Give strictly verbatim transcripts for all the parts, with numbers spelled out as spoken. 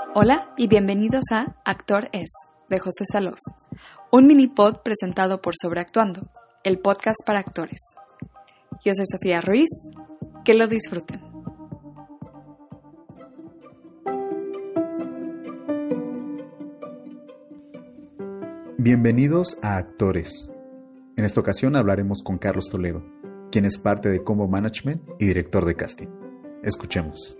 Hola y bienvenidos a Actor Es, de José Salof, un mini pod presentado por Sobreactuando, el podcast para actores. Yo soy Sofía Ruiz, que lo disfruten. Bienvenidos a Actores. En esta ocasión hablaremos con Carlos Toledo, quien es parte de Combo Management y director de casting. Escuchemos.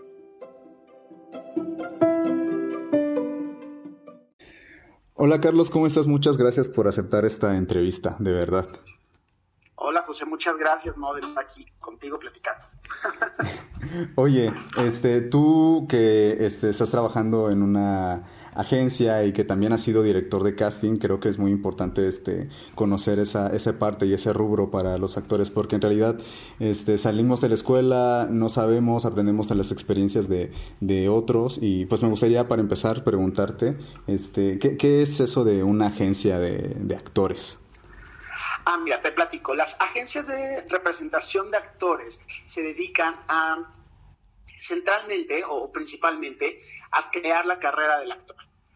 Hola Carlos, ¿cómo estás? Muchas gracias por aceptar esta entrevista, de verdad. Hola José, muchas gracias, ¿no? De estar aquí contigo platicando. Oye, este, tú que este, estás trabajando en una agencia y que también has sido director de casting, creo que es muy importante este, conocer esa, esa parte y ese rubro para los actores, porque en realidad este, salimos de la escuela, no sabemos, aprendemos de las experiencias de, de otros, y pues me gustaría para empezar preguntarte, este, ¿qué, qué es eso de una agencia de, de actores? Ah, mira, te platico. Las agencias de representación de actores se dedican a, centralmente o principalmente, a crear la carrera del actor,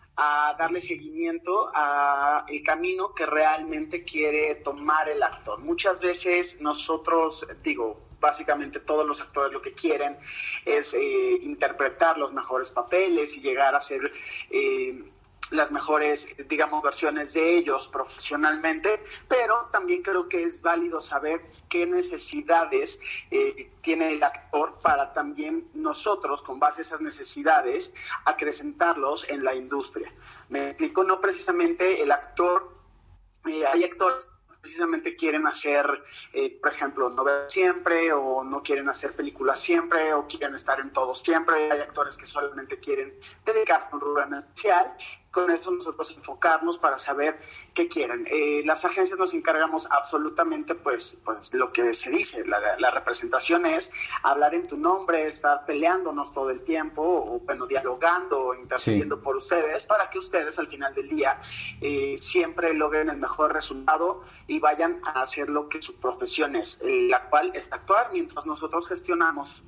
a darle seguimiento a el camino que realmente quiere tomar el actor. Muchas veces nosotros, digo, básicamente todos los actores lo que quieren es eh, interpretar los mejores papeles y llegar a ser eh, las mejores, digamos, versiones de ellos profesionalmente, pero también creo que es válido saber qué necesidades eh, tiene el actor para también nosotros, con base a esas necesidades, acrecentarlos en la industria. Me explico, no precisamente el actor, eh, hay actores precisamente quieren hacer, eh, por ejemplo, novelas siempre, o no quieren hacer películas siempre, o quieren estar en todo siempre. Hay actores que solamente quieren dedicarse a un rubro en especial. Con esto nosotros enfocarnos para saber qué quieren. Eh, las agencias nos encargamos absolutamente, pues, pues lo que se dice, la, la representación es hablar en tu nombre, estar peleándonos todo el tiempo, o bueno, dialogando, o intercediendo sí. por ustedes, para que ustedes al final del día eh, siempre logren el mejor resultado y vayan a hacer lo que su profesión es, eh, la cual es actuar, mientras nosotros gestionamos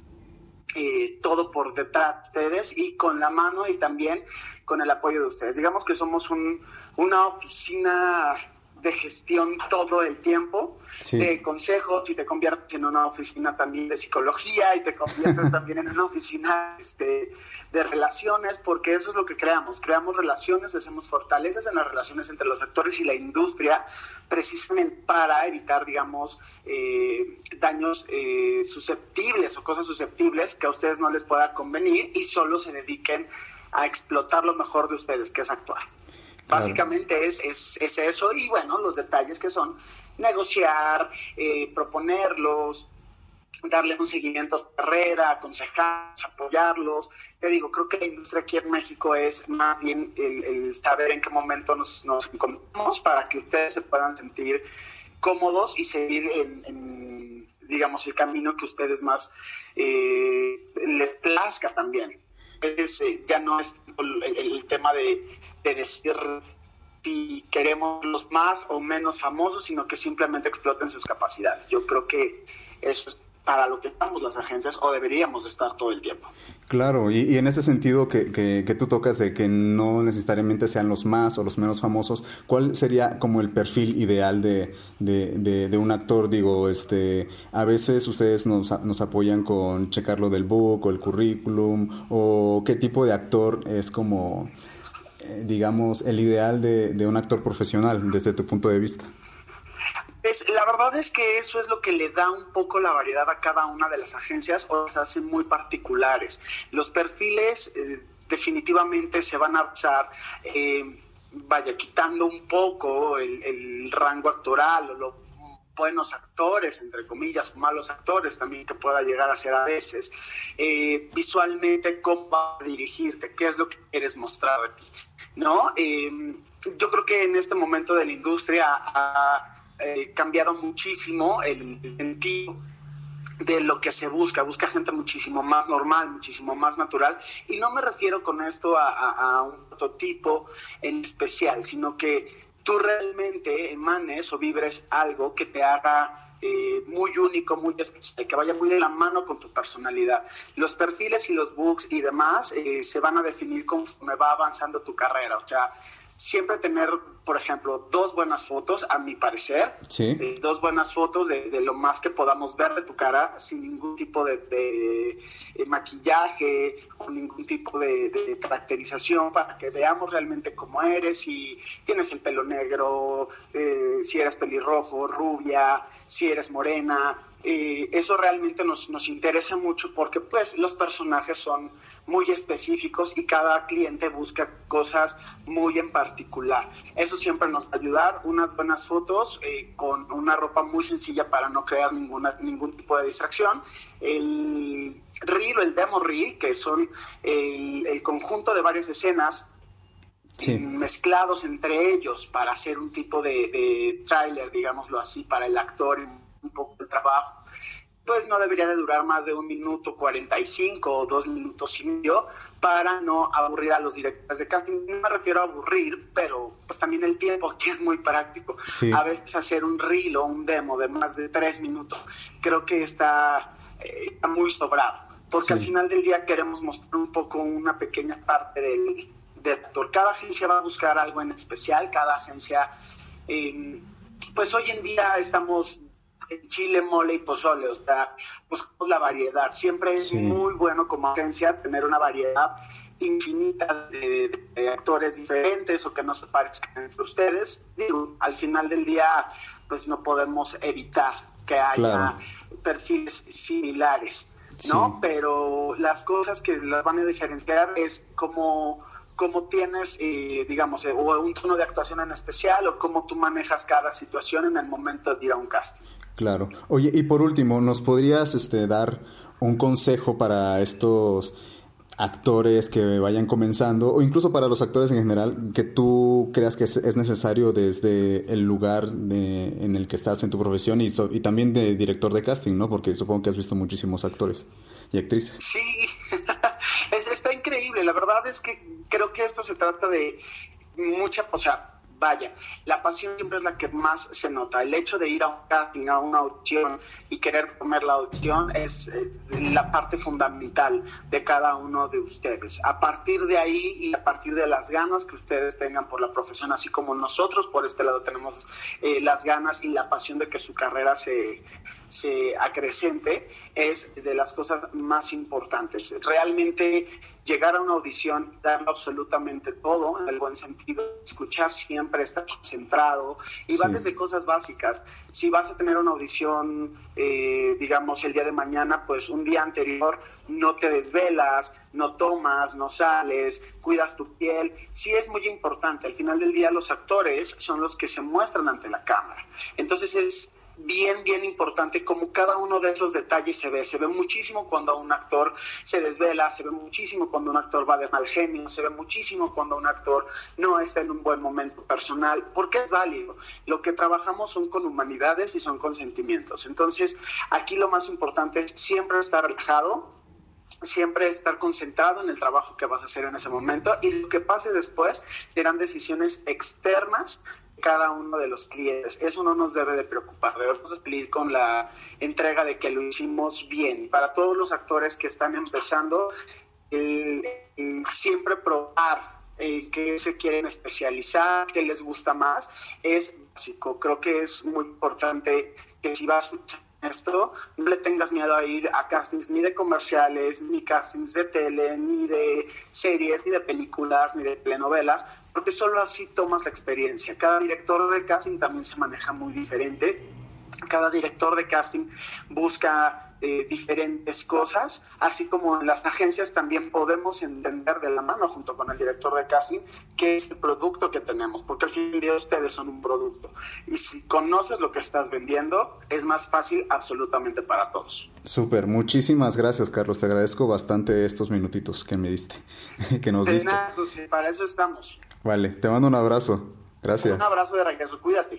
Eh, todo por detrás de ustedes y con la mano y también con el apoyo de ustedes. Digamos que somos un, una oficina de gestión todo el tiempo, sí. de consejos, y te conviertes en una oficina también de psicología, y te conviertes también en una oficina este, de relaciones, porque eso es lo que creamos. Creamos relaciones, hacemos fortalezas en las relaciones entre los actores y la industria, precisamente para evitar, digamos, eh, daños eh, susceptibles o cosas susceptibles que a ustedes no les pueda convenir y solo se dediquen a explotar lo mejor de ustedes, que es actuar. Básicamente es, es, es eso, y bueno, los detalles que son negociar, eh, proponerlos, darle un seguimiento a su carrera, aconsejarlos, apoyarlos. Te digo, creo que la industria aquí en México es más bien el, el saber en qué momento nos, nos encontramos para que ustedes se puedan sentir cómodos y seguir en, en digamos, el camino que ustedes más eh, les plazca también. Es, eh, ya no es el, el tema de, de decir si queremos los más o menos famosos, sino que simplemente exploten sus capacidades. Yo creo que eso es para lo que estamos las agencias, o deberíamos de estar todo el tiempo. Claro, y, y en ese sentido que, que, que tú tocas de que no necesariamente sean los más o los menos famosos, ¿cuál sería como el perfil ideal de, de, de, de un actor? Digo, este, a veces ustedes nos, nos apoyan con checar lo del book o el currículum, o qué tipo de actor es como, eh, digamos, el ideal de, de un actor profesional desde tu punto de vista. Es, la verdad es que eso es lo que le da un poco la variedad a cada una de las agencias, o las hacen muy particulares. Los perfiles eh, definitivamente se van a basar, eh, vaya, quitando un poco el, el rango actoral o los buenos actores, entre comillas, o malos actores también que pueda llegar a ser a veces. Eh, visualmente, cómo va a dirigirte, qué es lo que quieres mostrar de ti, ¿no? Eh, yo creo que en este momento de la industria ha Eh, cambiado muchísimo el sentido de lo que se busca. Busca gente muchísimo más normal, muchísimo más natural, y no me refiero con esto a, a, a un prototipo en especial, sino que tú realmente emanes o vibres algo que te haga Eh, muy único, muy especial, que vaya muy de la mano con tu personalidad. Los perfiles y los books y demás eh, se van a definir conforme va avanzando tu carrera. O sea, siempre tener, por ejemplo, dos buenas fotos, a mi parecer, sí. eh, dos buenas fotos de, de lo más que podamos ver de tu cara, sin ningún tipo de, de, de maquillaje o ningún tipo de, de caracterización, para que veamos realmente cómo eres, si tienes el pelo negro, eh, si eres pelirrojo, rubia, si eres morena. Eh, eso realmente nos, nos interesa mucho porque pues los personajes son muy específicos y cada cliente busca cosas muy en particular. Eso siempre nos va a ayudar. Unas buenas fotos eh, con una ropa muy sencilla para no crear ninguna, ningún tipo de distracción. El reel o el demo reel, que son el, el conjunto de varias escenas sí. mezclados entre ellos para hacer un tipo de, de tráiler, digámoslo así, para el actor, un poco de trabajo, pues no debería de durar más de un minuto cuarenta y cinco o dos minutos y medio para no aburrir a los directores de casting. No me refiero a aburrir, pero pues también el tiempo aquí es muy práctico. Sí. A veces hacer un reel o un demo de más de tres minutos creo que está, eh, muy sobrado, porque sí. al final del día queremos mostrar un poco una pequeña parte del, del actor. Cada agencia va a buscar algo en especial, cada agencia, eh, pues hoy en día estamos en chile, mole y pozole, o sea, buscamos la variedad. Siempre es sí. muy bueno como agencia tener una variedad infinita de, de, de actores diferentes o que no se parezcan entre ustedes. Digo, al final del día, pues no podemos evitar que haya claro. perfiles similares, ¿no? Sí. Pero las cosas que las van a diferenciar es cómo... cómo tienes, eh, digamos, eh, o un tono de actuación en especial, o cómo tú manejas cada situación en el momento de ir a un casting. Claro. Oye, y por último, ¿nos podrías este, dar un consejo para estos actores que vayan comenzando, o incluso para los actores en general, que tú creas que es, es necesario desde el lugar de, en el que estás en tu profesión y, so, y también de director de casting, ¿no? Porque supongo que has visto muchísimos actores y actrices. Sí, es, está increíble. La verdad es que creo que esto se trata de mucha, o sea, vaya, la pasión siempre es la que más se nota. El hecho de ir a un casting, a una audición y querer comer la audición es eh, la parte fundamental de cada uno de ustedes. A partir de ahí y a partir de las ganas que ustedes tengan por la profesión, así como nosotros por este lado tenemos eh, las ganas y la pasión de que su carrera se, se acrecente, es de las cosas más importantes. Realmente llegar a una audición, darlo absolutamente todo, en el buen sentido, escuchar siempre, estar concentrado, y sí. va desde cosas básicas. Si vas a tener una audición, eh, digamos, el día de mañana, pues un día anterior no te desvelas, no tomas, no sales, cuidas tu piel. Sí es muy importante. Al final del día los actores son los que se muestran ante la cámara. Entonces es bien, bien importante como cada uno de esos detalles se ve. Se ve muchísimo cuando un actor se desvela, se ve muchísimo cuando un actor va de mal genio, se ve muchísimo cuando un actor no está en un buen momento personal, porque es válido. Lo que trabajamos son con humanidades y son con sentimientos. Entonces, aquí lo más importante es siempre estar relajado, siempre estar concentrado en el trabajo que vas a hacer en ese momento, y lo que pase después serán decisiones externas de cada uno de los clientes. Eso no nos debe de preocupar, debemos salir con la entrega de que lo hicimos bien. Para todos los actores que están empezando, el, el siempre probar en qué se quieren especializar, qué les gusta más, es básico. Creo que es muy importante que si vas a esto, no le tengas miedo a ir a castings ni de comerciales, ni castings de tele, ni de series, ni de películas, ni de telenovelas, porque solo así tomas la experiencia. Cada director de casting también se maneja muy diferente. Cada director de casting busca eh, diferentes cosas, así como en las agencias también podemos entender de la mano junto con el director de casting qué es el producto que tenemos, porque al fin del día ustedes son un producto, y si conoces lo que estás vendiendo es más fácil absolutamente para todos. Súper, muchísimas gracias, Carlos, te agradezco bastante estos minutitos que me diste, que nos diste. De nada, pues, para eso estamos. Vale, te mando un abrazo, gracias. Un abrazo de regreso, cuídate.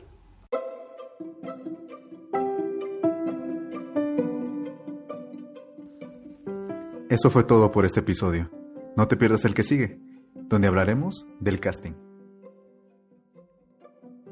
Eso fue todo por este episodio. No te pierdas el que sigue, donde hablaremos del casting.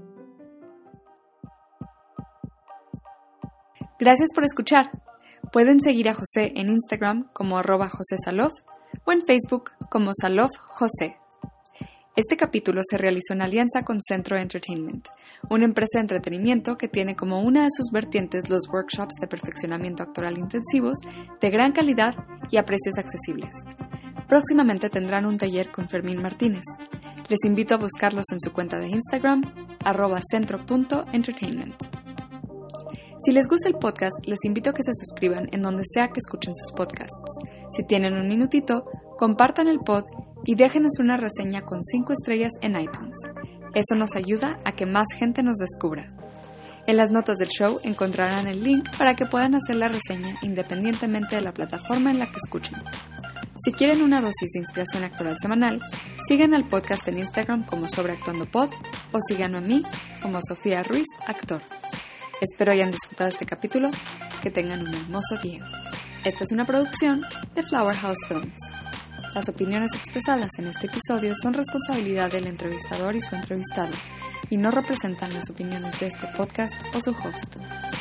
Gracias por escuchar. Pueden seguir a José en Instagram como arroba José Salof o en Facebook como Salof José. Este capítulo se realizó en alianza con Centro Entertainment, una empresa de entretenimiento que tiene como una de sus vertientes los workshops de perfeccionamiento actoral intensivos de gran calidad y a precios accesibles. Próximamente tendrán un taller con Fermín Martínez. Les invito a buscarlos en su cuenta de Instagram, arroba centro punto entertainment. Si les gusta el podcast, les invito a que se suscriban en donde sea que escuchen sus podcasts. Si tienen un minutito, compartan el pod y déjenos una reseña con cinco estrellas en iTunes. Eso nos ayuda a que más gente nos descubra. En las notas del show encontrarán el link para que puedan hacer la reseña independientemente de la plataforma en la que escuchen. Si quieren una dosis de inspiración actoral semanal, sigan al podcast en Instagram como SobreActuandoPod o síganme a mí como Sofía Ruiz Actor. Espero hayan disfrutado este capítulo, que tengan un hermoso día. Esta es una producción de Flower House Films. Las opiniones expresadas en este episodio son responsabilidad del entrevistador y su entrevistado, y no representan las opiniones de este podcast o su host.